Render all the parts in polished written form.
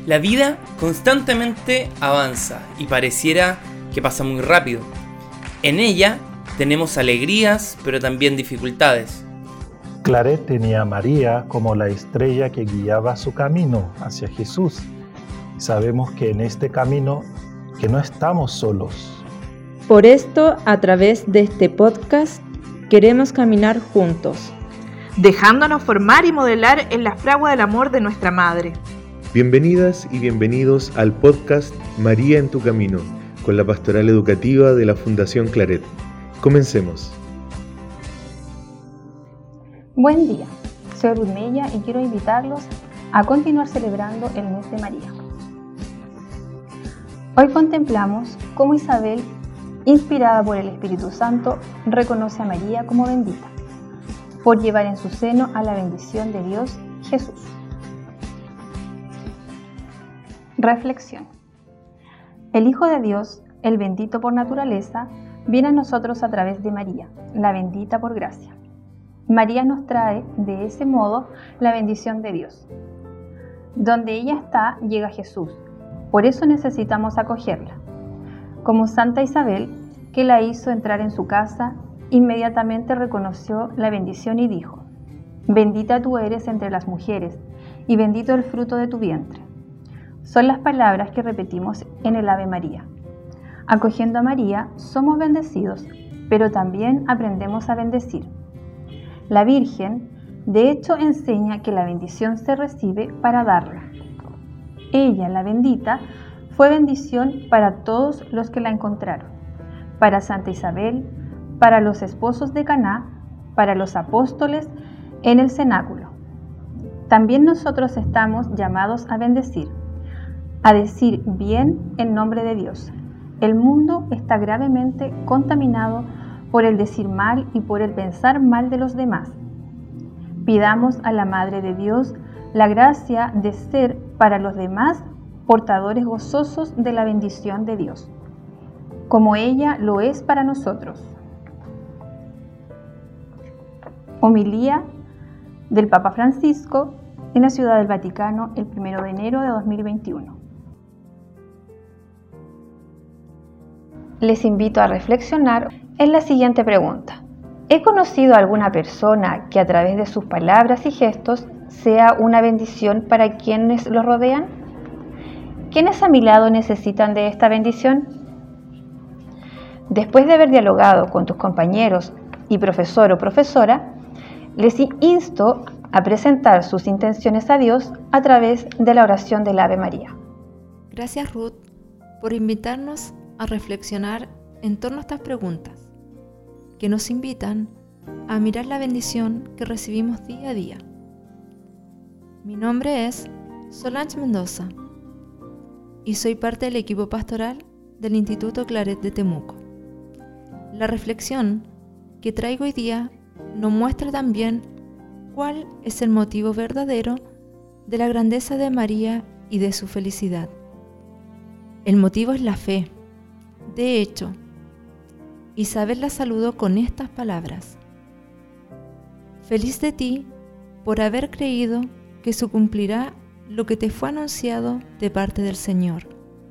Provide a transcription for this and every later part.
La vida constantemente avanza y pareciera que pasa muy rápido. En ella tenemos alegrías, pero también dificultades. Claret tenía a María como la estrella que guiaba su camino hacia Jesús. Sabemos que en este camino que no estamos solos. Por esto, a través de este podcast, queremos caminar juntos, dejándonos formar y modelar en la fragua del amor de nuestra Madre. Bienvenidas y bienvenidos al podcast María en tu Camino, con la Pastoral Educativa de la Fundación Claret. Comencemos. Buen día, soy Ruth Mella y quiero invitarlos a continuar celebrando el mes de María. Hoy contemplamos cómo Isabel, inspirada por el Espíritu Santo, reconoce a María como bendita, por llevar en su seno a la bendición de Dios, Jesús. Reflexión. El Hijo de Dios, el bendito por naturaleza, viene a nosotros a través de María, la bendita por gracia. María nos trae, de ese modo, la bendición de Dios. Donde ella está, llega Jesús. Por eso necesitamos acogerla. Como Santa Isabel, que la hizo entrar en su casa, inmediatamente reconoció la bendición y dijo: «Bendita tú eres entre las mujeres, y bendito el fruto de tu vientre». Son las palabras que repetimos en el Ave María. Acogiendo a María, somos bendecidos, pero también aprendemos a bendecir. La Virgen, de hecho, enseña que la bendición se recibe para darla. Ella, la bendita, fue bendición para todos los que la encontraron, para Santa Isabel, para los esposos de Caná, para los apóstoles en el cenáculo. También nosotros estamos llamados a bendecir, a decir bien en nombre de Dios. El mundo está gravemente contaminado por el decir mal y por el pensar mal de los demás. Pidamos a la Madre de Dios la gracia de ser para los demás portadores gozosos de la bendición de Dios, como ella lo es para nosotros. Homilía del Papa Francisco en la Ciudad del Vaticano el 1 de enero de 2021. Les invito a reflexionar en la siguiente pregunta. ¿He conocido a alguna persona que a través de sus palabras y gestos sea una bendición para quienes los rodean? ¿Quiénes a mi lado necesitan de esta bendición? Después de haber dialogado con tus compañeros y profesor o profesora, les insto a presentar sus intenciones a Dios a través de la oración del Ave María. Gracias, Ruth, por invitarnos a reflexionar en torno a estas preguntas, que nos invitan a mirar la bendición que recibimos día a día. Mi nombre es Solange Mendoza y soy parte del equipo pastoral del Instituto Claret de Temuco. La reflexión que traigo hoy día nos muestra también cuál es el motivo verdadero de la grandeza de María y de su felicidad. El motivo es la fe. De hecho, Isabel la saludó con estas palabras: «Feliz de ti por haber creído que se cumplirá lo que te fue anunciado de parte del Señor».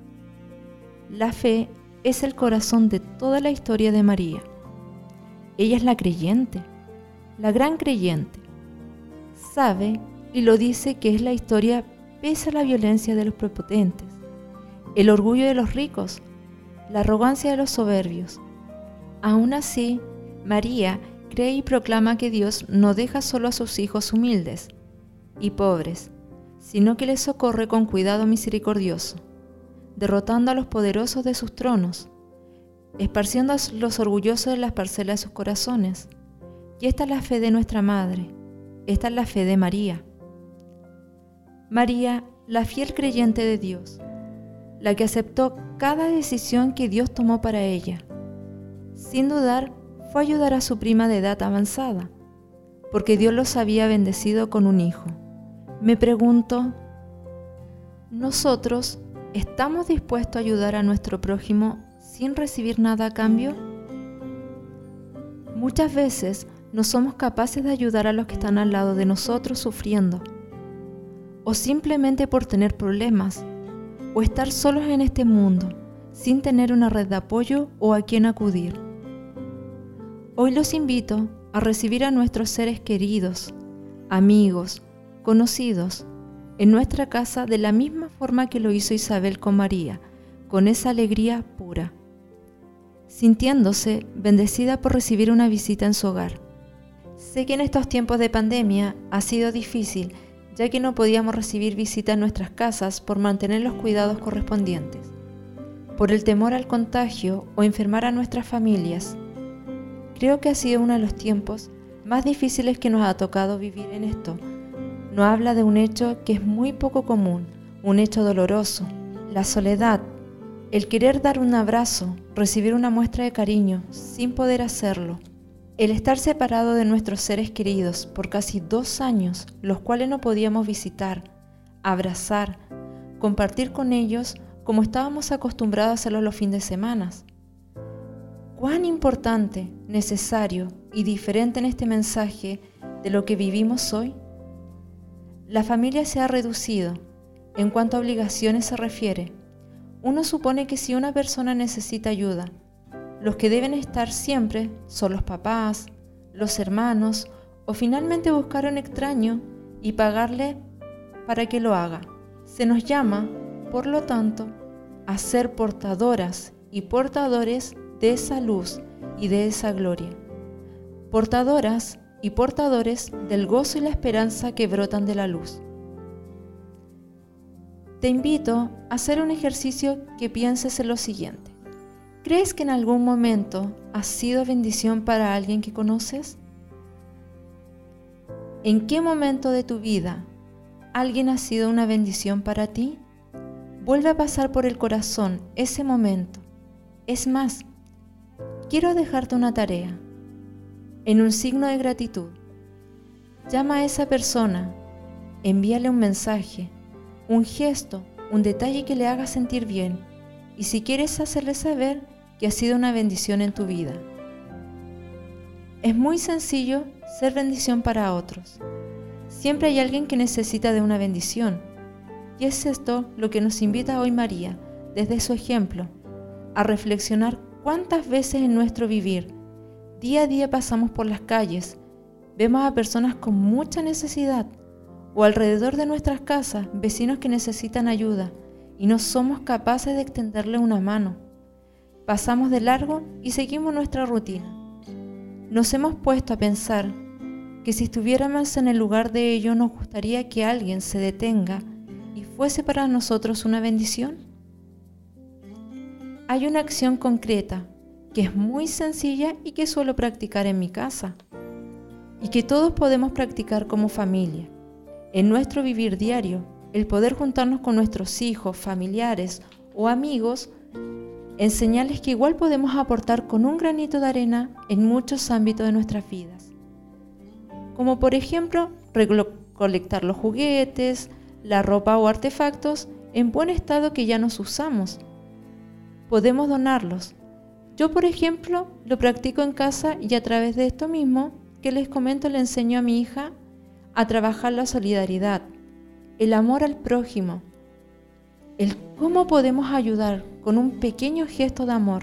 La fe es el corazón de toda la historia de María. Ella es la creyente, la gran creyente. Sabe y lo dice que es la historia pese a la violencia de los prepotentes, el orgullo de los ricos, la arrogancia de los soberbios. Aún así, María cree y proclama que Dios no deja solo a sus hijos humildes y pobres, sino que les socorre con cuidado misericordioso, derrotando a los poderosos de sus tronos, esparciendo a los orgullosos de las parcelas de sus corazones. Y esta es la fe de nuestra Madre, esta es la fe de María. María, la fiel creyente de Dios, la que aceptó cada decisión que Dios tomó para ella. Sin dudar, fue a ayudar a su prima de edad avanzada, porque Dios los había bendecido con un hijo. Me pregunto, ¿nosotros estamos dispuestos a ayudar a nuestro prójimo sin recibir nada a cambio? Muchas veces no somos capaces de ayudar a los que están al lado de nosotros sufriendo, o simplemente por tener problemas, o estar solos en este mundo, sin tener una red de apoyo o a quien acudir. Hoy los invito a recibir a nuestros seres queridos, amigos, conocidos, en nuestra casa de la misma forma que lo hizo Isabel con María, con esa alegría pura, sintiéndose bendecida por recibir una visita en su hogar. Sé que en estos tiempos de pandemia ha sido difícil, ya que no podíamos recibir visita en nuestras casas por mantener los cuidados correspondientes, por el temor al contagio o enfermar a nuestras familias. Creo que ha sido uno de los tiempos más difíciles que nos ha tocado vivir en esto. Nos habla de un hecho que es muy poco común, un hecho doloroso, la soledad, el querer dar un abrazo, recibir una muestra de cariño sin poder hacerlo. El estar separado de nuestros seres queridos por casi 2 años, los cuales no podíamos visitar, abrazar, compartir con ellos como estábamos acostumbrados a hacerlo los fines de semana. ¿Cuán importante, necesario y diferente en este mensaje de lo que vivimos hoy? La familia se ha reducido. En cuanto a obligaciones se refiere, uno supone que si una persona necesita ayuda, los que deben estar siempre son los papás, los hermanos o finalmente buscar a un extraño y pagarle para que lo haga. Se nos llama, por lo tanto, a ser portadoras y portadores de esa luz y de esa gloria. Portadoras y portadores del gozo y la esperanza que brotan de la luz. Te invito a hacer un ejercicio que pienses en lo siguiente. ¿Crees que en algún momento has sido bendición para alguien que conoces? ¿En qué momento de tu vida alguien ha sido una bendición para ti? Vuelve a pasar por el corazón ese momento. Es más, quiero dejarte una tarea. En un signo de gratitud, llama a esa persona, envíale un mensaje, un gesto, un detalle que le haga sentir bien, y si quieres hacerle saber que ha sido una bendición en tu vida. Es muy sencillo ser bendición para otros. Siempre hay alguien que necesita de una bendición, y es esto lo que nos invita hoy María, desde su ejemplo, a reflexionar cuántas veces en nuestro vivir, día a día pasamos por las calles, vemos a personas con mucha necesidad, o alrededor de nuestras casas, vecinos que necesitan ayuda, y no somos capaces de extenderle una mano. Pasamos de largo y seguimos nuestra rutina. Nos hemos puesto a pensar que si estuviéramos en el lugar de ello, nos gustaría que alguien se detenga y fuese para nosotros una bendición. Hay una acción concreta que es muy sencilla y que suelo practicar en mi casa y que todos podemos practicar como familia. En nuestro vivir diario, el poder juntarnos con nuestros hijos, familiares o amigos, enseñarles que igual podemos aportar con un granito de arena en muchos ámbitos de nuestras vidas. Como por ejemplo, recolectar los juguetes, la ropa o artefactos en buen estado que ya nos usamos. Podemos donarlos. Yo, por ejemplo, lo practico en casa y a través de esto mismo que les comento le enseño a mi hija a trabajar la solidaridad, el amor al prójimo, el cómo podemos ayudar con un pequeño gesto de amor.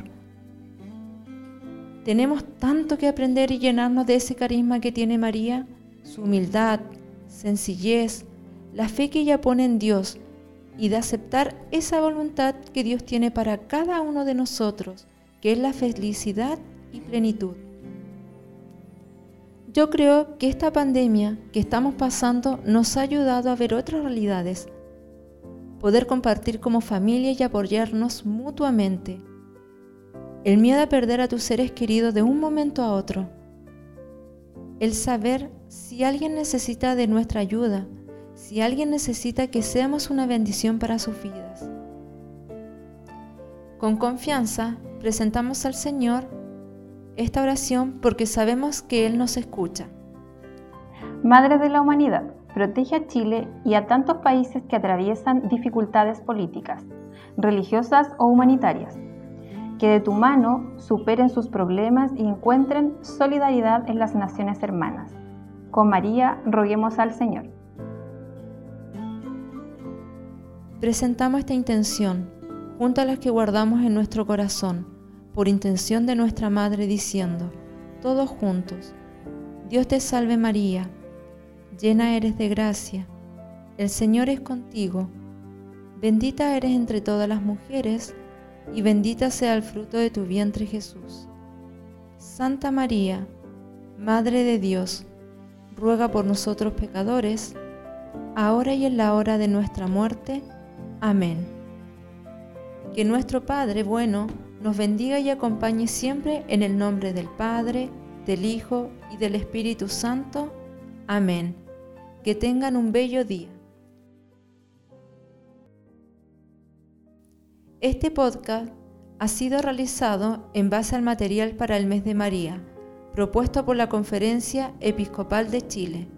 Tenemos tanto que aprender y llenarnos de ese carisma que tiene María, su humildad, sencillez, la fe que ella pone en Dios y de aceptar esa voluntad que Dios tiene para cada uno de nosotros, que es la felicidad y plenitud. Yo creo que esta pandemia que estamos pasando nos ha ayudado a ver otras realidades, poder compartir como familia y apoyarnos mutuamente. El miedo a perder a tus seres queridos de un momento a otro. El saber si alguien necesita de nuestra ayuda, si alguien necesita que seamos una bendición para sus vidas. Con confianza presentamos al Señor esta oración porque sabemos que Él nos escucha. Madre de la humanidad, protege a Chile y a tantos países que atraviesan dificultades políticas, religiosas o humanitarias. Que de tu mano superen sus problemas y encuentren solidaridad en las naciones hermanas. Con María, roguemos al Señor. presentamos esta intención, junto a las que guardamos en nuestro corazón, por intención de nuestra Madre, diciendo, todos juntos: Dios te salve María, llena eres de gracia, el Señor es contigo, bendita eres entre todas las mujeres, y bendita sea el fruto de tu vientre Jesús. Santa María, Madre de Dios, ruega por nosotros pecadores, ahora y en la hora de nuestra muerte. Amén. Que nuestro Padre bueno nos bendiga y acompañe siempre en el nombre del Padre, del Hijo y del Espíritu Santo. Amén. Que tengan un bello día. Este podcast ha sido realizado en base al material para el mes de María, propuesto por la Conferencia Episcopal de Chile,